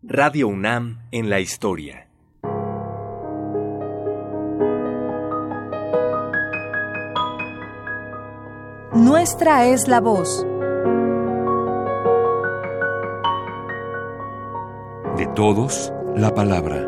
Radio UNAM en la historia. Nuestra es la voz. De todos, la palabra.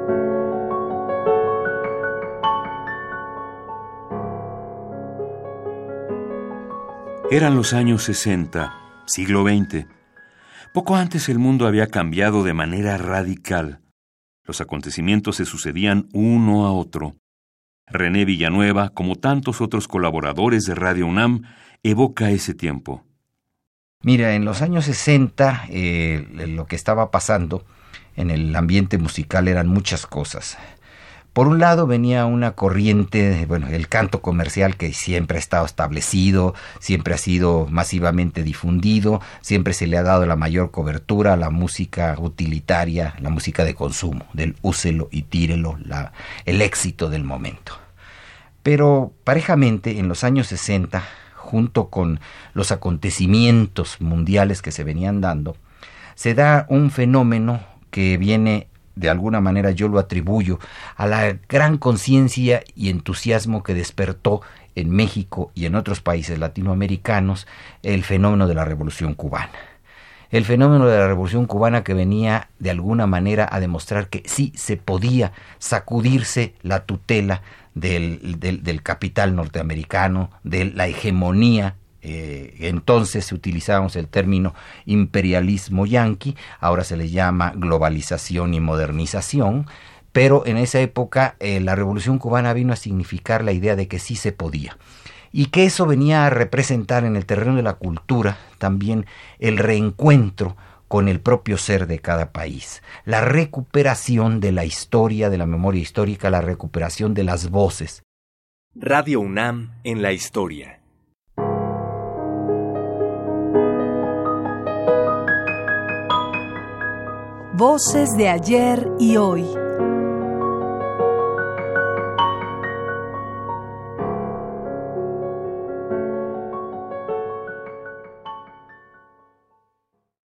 Eran los años 60, siglo XX. Poco antes el mundo había cambiado de manera radical. Los acontecimientos se sucedían uno a otro. René Villanueva, como tantos otros colaboradores de Radio UNAM, evoca ese tiempo. Mira, en los años 60 lo que estaba pasando en el ambiente musical eran muchas cosas. Por un lado venía una corriente, el canto comercial que siempre ha estado establecido, siempre ha sido masivamente difundido, siempre se le ha dado la mayor cobertura a la música utilitaria, la música de consumo, del úselo y tírelo, el éxito del momento. Pero parejamente en los años 60, junto con los acontecimientos mundiales que se venían dando, se da un fenómeno que viene, de alguna manera yo lo atribuyo a la gran conciencia y entusiasmo que despertó en México y en otros países latinoamericanos el fenómeno de la Revolución Cubana. El fenómeno de la Revolución Cubana que venía de alguna manera a demostrar que sí se podía sacudirse la tutela del capital norteamericano, de la hegemonía. Entonces utilizábamos el término imperialismo yanqui, ahora se le llama globalización y modernización, pero en esa época la Revolución Cubana vino a significar la idea de que sí se podía, y que eso venía a representar en el terreno de la cultura también el reencuentro con el propio ser de cada país, la recuperación de la historia, de la memoria histórica, la recuperación de las voces. Radio UNAM en la historia. Voces de ayer y hoy.